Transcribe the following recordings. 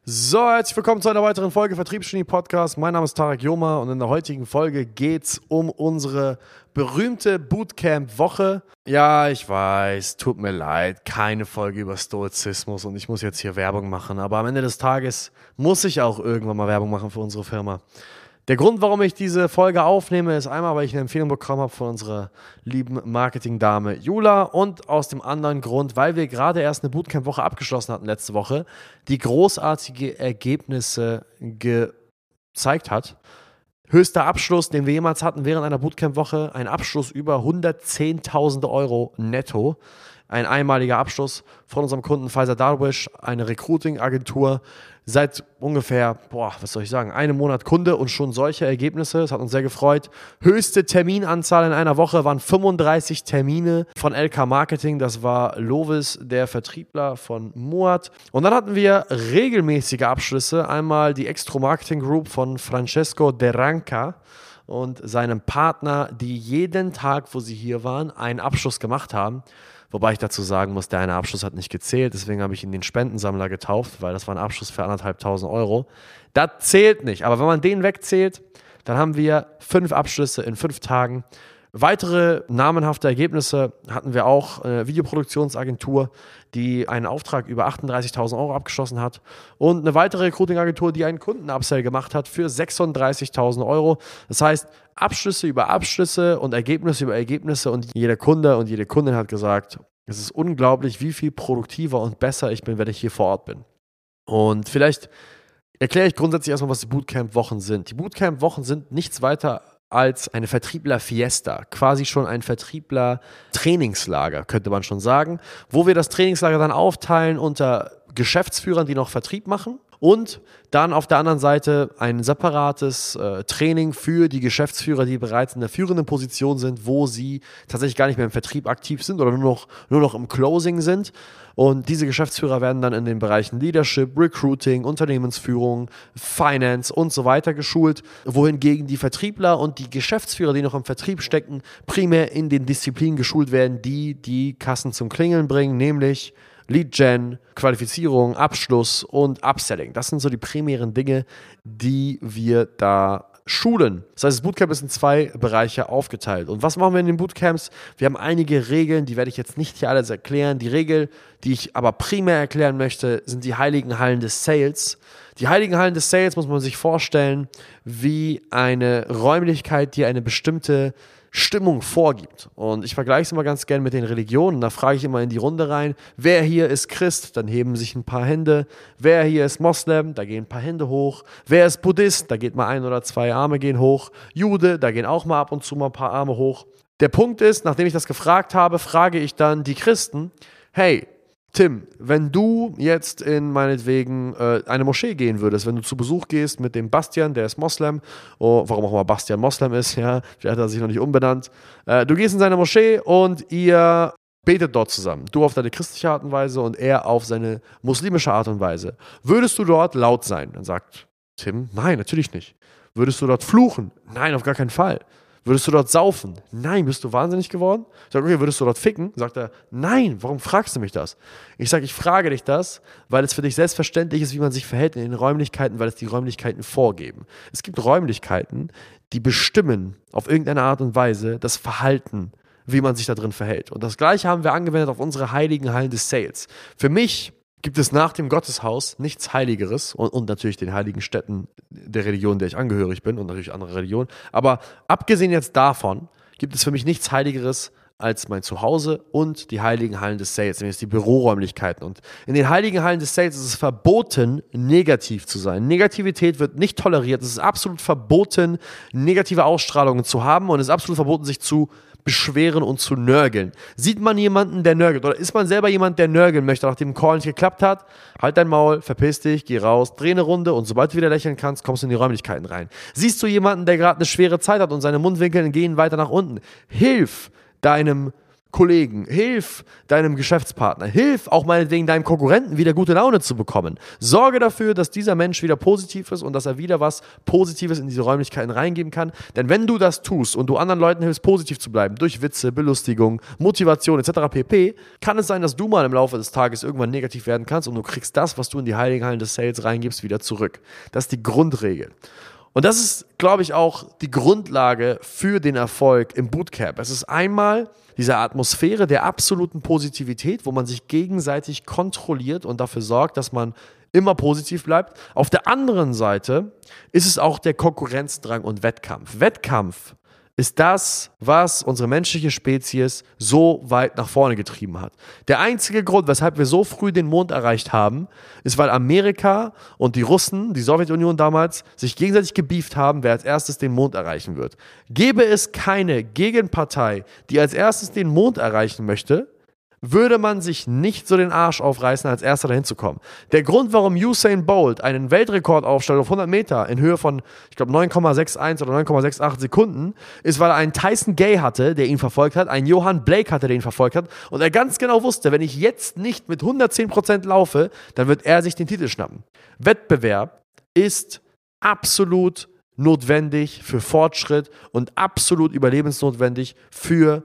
So, herzlich willkommen zu einer weiteren Folge Vertriebsgenie Podcast. Mein Name ist Tarek Joma und in der heutigen Folge geht es um unsere berühmte Bootcamp-Woche. Ja, ich weiß, tut mir leid, keine Folge über Stoizismus und ich muss jetzt hier Werbung machen, aber am Ende des Tages muss ich auch irgendwann mal Werbung machen für unsere Firma. Der Grund, warum ich diese Folge aufnehme, ist einmal, weil ich eine Empfehlung bekommen habe von unserer lieben Marketingdame Jula und aus dem anderen Grund, weil wir gerade erst eine Bootcamp-Woche abgeschlossen hatten letzte Woche, die großartige Ergebnisse gezeigt hat. Höchster Abschluss, den wir jemals hatten während einer Bootcamp-Woche, ein Abschluss über 110.000 Euro netto. Ein einmaliger Abschluss von unserem Kunden Pfizer Darwish, eine Recruiting-Agentur, seit ungefähr, einem Monat Kunde und schon solche Ergebnisse. Das hat uns sehr gefreut. Höchste Terminanzahl in einer Woche waren 35 Termine von LK Marketing. Das war Lovis, der Vertriebler von Muad. Und dann hatten wir regelmäßige Abschlüsse. Einmal die Extro Marketing Group von Francesco De Ranca und seinem Partner, die jeden Tag, wo sie hier waren, einen Abschluss gemacht haben. Wobei ich dazu sagen muss, der eine Abschluss hat nicht gezählt, deswegen habe ich ihn den Spendensammler getauft, weil das war ein Abschluss für 1.500 Euro. Das zählt nicht, aber wenn man den wegzählt, dann haben wir 5 Abschlüsse in 5 Tagen. Weitere namenhafte Ergebnisse hatten wir auch, eine Videoproduktionsagentur, die einen Auftrag über 38.000 Euro abgeschlossen hat und eine weitere Recruiting-Agentur, die einen Kunden-Upsell gemacht hat für 36.000 Euro. Das heißt, Abschlüsse über Abschlüsse und Ergebnisse über Ergebnisse und jeder Kunde und jede Kundin hat gesagt, es ist unglaublich, wie viel produktiver und besser ich bin, wenn ich hier vor Ort bin. Und vielleicht erkläre ich grundsätzlich erstmal, was die Bootcamp-Wochen sind. Die Bootcamp-Wochen sind nichts weiter als eine Vertriebler-Fiesta, quasi schon ein Vertriebler-Trainingslager, könnte man schon sagen, wo wir das Trainingslager dann aufteilen unter Geschäftsführern, die noch Vertrieb machen und dann auf der anderen Seite ein separates Training für die Geschäftsführer, die bereits in der führenden Position sind, wo sie tatsächlich gar nicht mehr im Vertrieb aktiv sind oder nur noch im Closing sind. Und diese Geschäftsführer werden dann in den Bereichen Leadership, Recruiting, Unternehmensführung, Finance und so weiter geschult, wohingegen die Vertriebler und die Geschäftsführer, die noch im Vertrieb stecken, primär in den Disziplinen geschult werden, die die Kassen zum Klingeln bringen, nämlich Lead-Gen, Qualifizierung, Abschluss und Upselling. Das sind so die primären Dinge, die wir da schulen. Das heißt, das Bootcamp ist in 2 Bereiche aufgeteilt. Und was machen wir in den Bootcamps? Wir haben einige Regeln, die werde ich jetzt nicht hier alles erklären. Die Regel, die ich aber primär erklären möchte, sind die heiligen Hallen des Sales. Die heiligen Hallen des Sales muss man sich vorstellen wie eine Räumlichkeit, die eine bestimmte Stimmung vorgibt. Und ich vergleiche es immer ganz gerne mit den Religionen. Da frage ich immer in die Runde rein, wer hier ist Christ? Dann heben sich ein paar Hände. Wer hier ist Moslem? Da gehen ein paar Hände hoch. Wer ist Buddhist? Da geht mal 1 oder 2 Arme gehen hoch. Jude, da gehen auch mal ab und zu mal ein paar Arme hoch. Der Punkt ist, nachdem ich das gefragt habe, frage ich dann die Christen, hey, Tim, wenn du jetzt in meinetwegen eine Moschee gehen würdest, wenn du zu Besuch gehst mit dem Bastian, der ist Moslem, warum auch immer Bastian Moslem ist, ja, vielleicht hat er sich noch nicht umbenannt, du gehst in seine Moschee und ihr betet dort zusammen. Du auf deine christliche Art und Weise und er auf seine muslimische Art und Weise. Würdest du dort laut sein? Dann sagt Tim, nein, natürlich nicht. Würdest du dort fluchen? Nein, auf gar keinen Fall. Würdest du dort saufen? Nein, bist du wahnsinnig geworden? Ich sage, okay, würdest du dort ficken? Sagt er, nein, warum fragst du mich das? Ich sage, ich frage dich das, weil es für dich selbstverständlich ist, wie man sich verhält in den Räumlichkeiten, weil es die Räumlichkeiten vorgeben. Es gibt Räumlichkeiten, die bestimmen auf irgendeine Art und Weise das Verhalten, wie man sich da drin verhält. Und das Gleiche haben wir angewendet auf unsere heiligen Hallen des Sales. Für mich gibt es nach dem Gotteshaus nichts Heiligeres und natürlich den heiligen Städten der Religion, der ich angehörig bin und natürlich andere Religionen. Aber abgesehen jetzt davon gibt es für mich nichts Heiligeres als mein Zuhause und die heiligen Hallen des Sales, nämlich die Büroräumlichkeiten. Und in den heiligen Hallen des Sales ist es verboten, negativ zu sein. Negativität wird nicht toleriert. Es ist absolut verboten, negative Ausstrahlungen zu haben und es ist absolut verboten, sich zu beschweren und zu nörgeln. Sieht man jemanden, der nörgelt, oder ist man selber jemand, der nörgeln möchte, nachdem ein Call nicht geklappt hat, halt dein Maul, verpiss dich, geh raus, dreh eine Runde und sobald du wieder lächeln kannst, kommst du in die Räumlichkeiten rein. Siehst du jemanden, der gerade eine schwere Zeit hat und seine Mundwinkel gehen weiter nach unten, hilf deinem Kollegen, hilf deinem Geschäftspartner, hilf auch meinetwegen deinem Konkurrenten wieder gute Laune zu bekommen. Sorge dafür, dass dieser Mensch wieder positiv ist und dass er wieder was Positives in diese Räumlichkeiten reingeben kann. Denn wenn du das tust und du anderen Leuten hilfst, positiv zu bleiben, durch Witze, Belustigung, Motivation etc. pp., kann es sein, dass du mal im Laufe des Tages irgendwann negativ werden kannst und du kriegst das, was du in die heiligen Hallen des Sales reingibst, wieder zurück. Das ist die Grundregel. Und das ist, glaube ich, auch die Grundlage für den Erfolg im Bootcamp. Es ist einmal diese Atmosphäre der absoluten Positivität, wo man sich gegenseitig kontrolliert und dafür sorgt, dass man immer positiv bleibt. Auf der anderen Seite ist es auch der Konkurrenzdrang und Wettkampf. Wettkampf ist das, was unsere menschliche Spezies so weit nach vorne getrieben hat. Der einzige Grund, weshalb wir so früh den Mond erreicht haben, ist, weil Amerika und die Russen, die Sowjetunion damals, sich gegenseitig gebieft haben, wer als erstes den Mond erreichen wird. Gäbe es keine Gegenpartei, die als erstes den Mond erreichen möchte, würde man sich nicht so den Arsch aufreißen, als Erster dahin zu kommen. Der Grund, warum Usain Bolt einen Weltrekord aufstellt auf 100 Meter in Höhe von, ich glaube, 9,61 oder 9,68 Sekunden, ist, weil er einen Tyson Gay hatte, der ihn verfolgt hat, einen Johann Blake hatte, der ihn verfolgt hat, und er ganz genau wusste, wenn ich jetzt nicht mit 110% laufe, dann wird er sich den Titel schnappen. Wettbewerb ist absolut notwendig für Fortschritt und absolut überlebensnotwendig für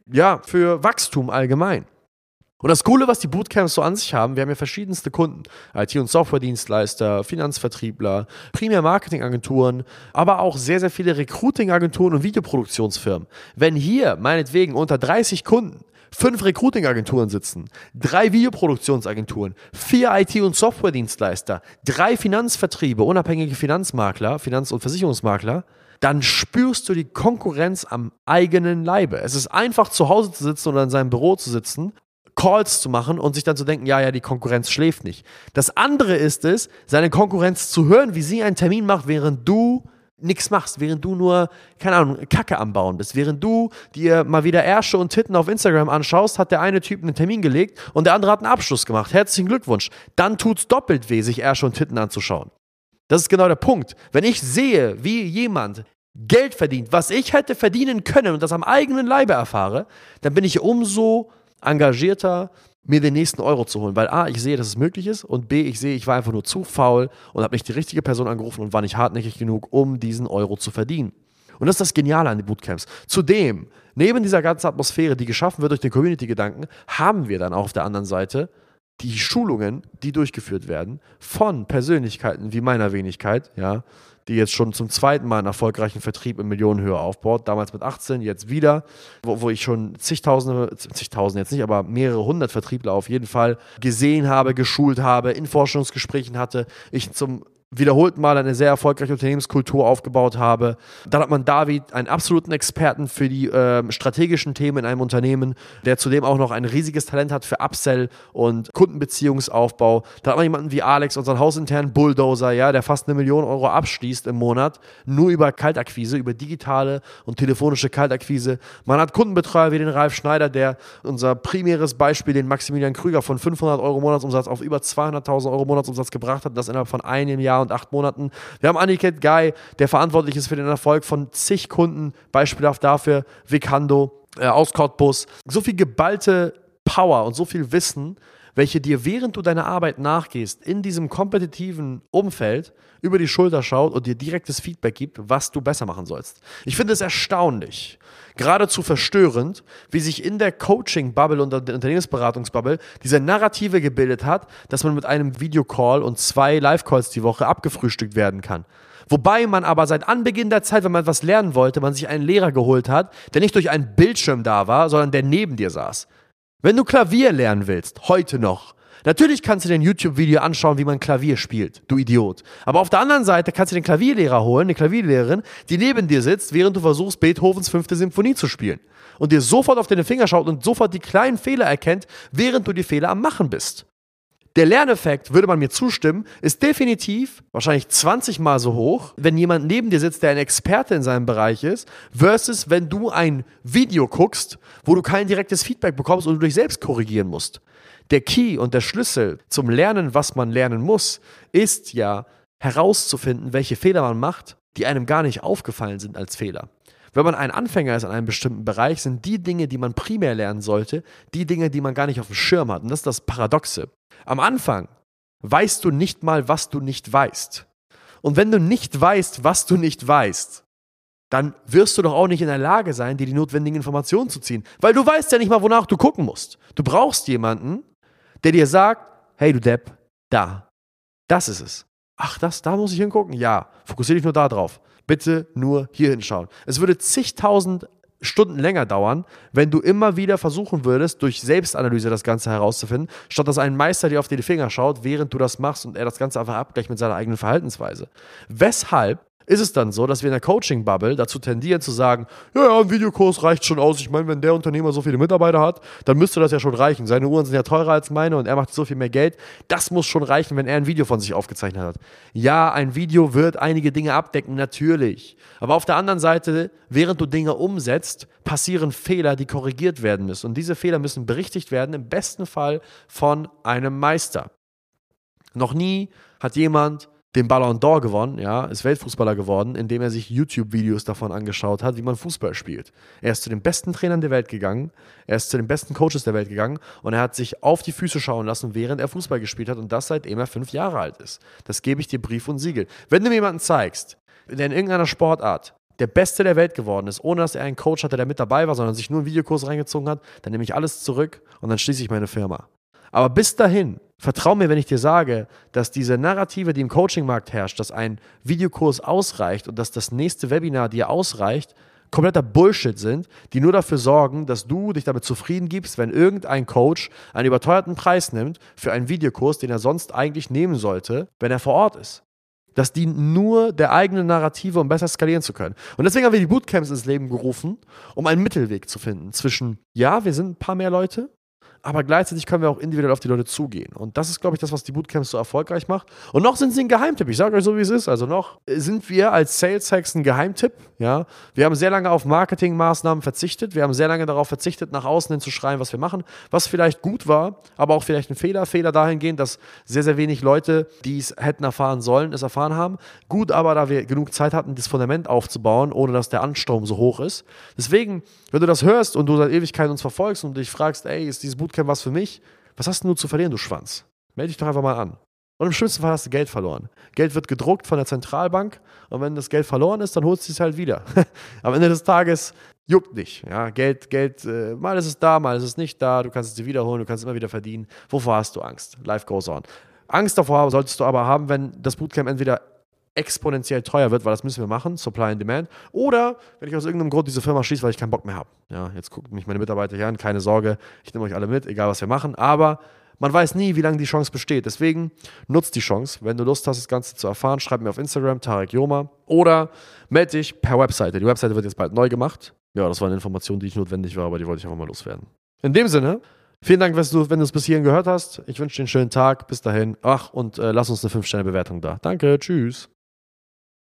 Wachstum allgemein. Und das Coole, was die Bootcamps so an sich haben, wir haben ja verschiedenste Kunden, IT- und Softwaredienstleister, Finanzvertriebler, Primär-Marketingagenturen, aber auch sehr, sehr viele Recruiting-Agenturen und Videoproduktionsfirmen. Wenn hier meinetwegen unter 30 Kunden 5 Recruiting-Agenturen sitzen, 3 Videoproduktionsagenturen, 4 IT- und Softwaredienstleister, 3 Finanzvertriebe, unabhängige Finanzmakler, Finanz- und Versicherungsmakler, dann spürst du die Konkurrenz am eigenen Leibe. Es ist einfach, zu Hause zu sitzen oder in seinem Büro zu sitzen, Calls zu machen und sich dann zu denken, ja, die Konkurrenz schläft nicht. Das andere ist es, seine Konkurrenz zu hören, wie sie einen Termin macht, während du nichts machst, während du nur, keine Ahnung, Kacke am Bauen bist. Während du dir mal wieder Ärsche und Titten auf Instagram anschaust, hat der eine Typ einen Termin gelegt und der andere hat einen Abschluss gemacht. Herzlichen Glückwunsch. Dann tut's doppelt weh, sich Ärsche und Titten anzuschauen. Das ist genau der Punkt. Wenn ich sehe, wie jemand Geld verdient, was ich hätte verdienen können und das am eigenen Leibe erfahre, dann bin ich umso engagierter, mir den nächsten Euro zu holen. Weil A, ich sehe, dass es möglich ist, und B, ich sehe, ich war einfach nur zu faul und habe nicht die richtige Person angerufen und war nicht hartnäckig genug, um diesen Euro zu verdienen. Und das ist das Geniale an den Bootcamps. Zudem, neben dieser ganzen Atmosphäre, die geschaffen wird durch den Community-Gedanken, haben wir dann auch auf der anderen Seite die Schulungen, die durchgeführt werden von Persönlichkeiten wie meiner Wenigkeit, ja, die jetzt schon zum zweiten Mal einen erfolgreichen Vertrieb in Millionenhöhe aufbaut, damals mit 18, jetzt wieder, wo ich schon zigtausende jetzt nicht, aber mehrere hundert Vertriebler auf jeden Fall gesehen habe, geschult habe, in Forschungsgesprächen hatte, ich zum wiederholten Mal eine sehr erfolgreiche Unternehmenskultur aufgebaut habe. Dann hat man David, einen absoluten Experten für die strategischen Themen in einem Unternehmen, der zudem auch noch ein riesiges Talent hat für Upsell und Kundenbeziehungsaufbau. Dann hat man jemanden wie Alex, unseren hausinternen Bulldozer, ja, der fast 1 Million Euro abschließt im Monat, nur über Kaltakquise, über digitale und telefonische Kaltakquise. Man hat Kundenbetreuer wie den Ralf Schneider, der unser primäres Beispiel, den Maximilian Krüger, von 500 Euro Monatsumsatz auf über 200.000 Euro Monatsumsatz gebracht hat, das innerhalb von einem Jahr und 8 Monaten. Wir haben Aniket Guy, der verantwortlich ist für den Erfolg von zig Kunden, beispielhaft dafür Vicando aus Cottbus. So viel geballte Power und so viel Wissen, welche dir, während du deiner Arbeit nachgehst, in diesem kompetitiven Umfeld über die Schulter schaut und dir direktes Feedback gibt, was du besser machen sollst. Ich finde es erstaunlich, geradezu verstörend, wie sich in der Coaching-Bubble und der Unternehmensberatungsbubble diese Narrative gebildet hat, dass man mit einem Videocall und 2 Live-Calls die Woche abgefrühstückt werden kann. Wobei man aber seit Anbeginn der Zeit, wenn man etwas lernen wollte, man sich einen Lehrer geholt hat, der nicht durch einen Bildschirm da war, sondern der neben dir saß. Wenn du Klavier lernen willst, heute noch, natürlich kannst du dir ein YouTube-Video anschauen, wie man Klavier spielt, du Idiot. Aber auf der anderen Seite kannst du den Klavierlehrer holen, eine Klavierlehrerin, die neben dir sitzt, während du versuchst, Beethovens 5. Symphonie zu spielen. Und dir sofort auf deine Finger schaut und sofort die kleinen Fehler erkennt, während du die Fehler am Machen bist. Der Lerneffekt, würde man mir zustimmen, ist definitiv wahrscheinlich 20 Mal so hoch, wenn jemand neben dir sitzt, der ein Experte in seinem Bereich ist, versus wenn du ein Video guckst, wo du kein direktes Feedback bekommst und du dich selbst korrigieren musst. Der Key und der Schlüssel zum Lernen, was man lernen muss, ist ja herauszufinden, welche Fehler man macht, die einem gar nicht aufgefallen sind als Fehler. Wenn man ein Anfänger ist in einem bestimmten Bereich, sind die Dinge, die man primär lernen sollte, die Dinge, die man gar nicht auf dem Schirm hat. Und das ist das Paradoxe. Am Anfang weißt du nicht mal, was du nicht weißt. Und wenn du nicht weißt, was du nicht weißt, dann wirst du doch auch nicht in der Lage sein, dir die notwendigen Informationen zu ziehen. Weil du weißt ja nicht mal, wonach du gucken musst. Du brauchst jemanden, der dir sagt, hey du Depp, das ist es. Ach, da muss ich hingucken? Ja, fokussiere dich nur da drauf. Bitte nur hier hinschauen. Es würde zigtausend Stunden länger dauern, wenn du immer wieder versuchen würdest, durch Selbstanalyse das Ganze herauszufinden, statt dass ein Meister dir auf die Finger schaut, während du das machst und er das Ganze einfach abgleicht mit seiner eigenen Verhaltensweise. Weshalb ist es dann so, dass wir in der Coaching-Bubble dazu tendieren zu sagen, ja, ein Videokurs reicht schon aus. Ich meine, wenn der Unternehmer so viele Mitarbeiter hat, dann müsste das ja schon reichen. Seine Uhren sind ja teurer als meine und er macht so viel mehr Geld. Das muss schon reichen, wenn er ein Video von sich aufgezeichnet hat. Ja, ein Video wird einige Dinge abdecken, natürlich. Aber auf der anderen Seite, während du Dinge umsetzt, passieren Fehler, die korrigiert werden müssen. Und diese Fehler müssen berichtigt werden, im besten Fall von einem Meister. Noch nie hat jemand den Ballon d'Or gewonnen, ja, ist Weltfußballer geworden, indem er sich YouTube-Videos davon angeschaut hat, wie man Fußball spielt. Er ist zu den besten Trainern der Welt gegangen, er ist zu den besten Coaches der Welt gegangen und er hat sich auf die Füße schauen lassen, während er Fußball gespielt hat und das seitdem er 5 Jahre alt ist. Das gebe ich dir Brief und Siegel. Wenn du mir jemanden zeigst, der in irgendeiner Sportart der Beste der Welt geworden ist, ohne dass er einen Coach hatte, der mit dabei war, sondern sich nur einen Videokurs reingezogen hat, dann nehme ich alles zurück und dann schließe ich meine Firma. Aber bis dahin, vertrau mir, wenn ich dir sage, dass diese Narrative, die im Coaching-Markt herrscht, dass ein Videokurs ausreicht und dass das nächste Webinar dir ausreicht, kompletter Bullshit sind, die nur dafür sorgen, dass du dich damit zufrieden gibst, wenn irgendein Coach einen überteuerten Preis nimmt für einen Videokurs, den er sonst eigentlich nehmen sollte, wenn er vor Ort ist. Das dient nur der eigenen Narrative, um besser skalieren zu können. Und deswegen haben wir die Bootcamps ins Leben gerufen, um einen Mittelweg zu finden zwischen, ja, wir sind ein paar mehr Leute, aber gleichzeitig können wir auch individuell auf die Leute zugehen. Und das ist, glaube ich, das, was die Bootcamps so erfolgreich macht. Und noch sind sie ein Geheimtipp. Ich sage euch so, wie es ist. Also noch sind wir als Sales Hacks ein Geheimtipp. Ja? Wir haben sehr lange auf Marketingmaßnahmen verzichtet. Wir haben sehr lange darauf verzichtet, nach außen hin zu schreien, was wir machen. Was vielleicht gut war, aber auch vielleicht ein Fehler. Fehler dahingehend, dass sehr, sehr wenig Leute, die es hätten erfahren sollen, es erfahren haben. Gut, aber da wir genug Zeit hatten, das Fundament aufzubauen, ohne dass der Ansturm so hoch ist. Deswegen, wenn du das hörst und du seit Ewigkeit uns verfolgst und dich fragst, ey, ist dieses Bootcamp was für mich? Was hast du zu verlieren, du Schwanz? Melde dich doch einfach mal an. Und im schlimmsten Fall hast du Geld verloren. Geld wird gedruckt von der Zentralbank und wenn das Geld verloren ist, dann holst du es halt wieder. Am Ende des Tages juckt nicht. Ja? Geld, mal ist es da, mal ist es nicht da. Du kannst es dir wiederholen, du kannst es immer wieder verdienen. Wovor hast du Angst? Life goes on. Angst davor solltest du aber haben, wenn das Bootcamp entweder exponentiell teuer wird, weil das müssen wir machen, Supply and Demand, oder wenn ich aus irgendeinem Grund diese Firma schließe, weil ich keinen Bock mehr habe. Ja, jetzt gucken mich meine Mitarbeiter hier an, keine Sorge, ich nehme euch alle mit, egal was wir machen, aber man weiß nie, wie lange die Chance besteht. Deswegen nutzt die Chance. Wenn du Lust hast, das Ganze zu erfahren, schreib mir auf Instagram, Tarek Joma, oder melde dich per Webseite. Die Webseite wird jetzt bald neu gemacht. Ja, das war eine Information, die nicht notwendig war, aber die wollte ich einfach mal loswerden. In dem Sinne, vielen Dank, wenn du es bis hierhin gehört hast. Ich wünsche dir einen schönen Tag. Bis dahin. Ach, und lass uns eine 5-Sterne-Bewertung da. Danke, tschüss.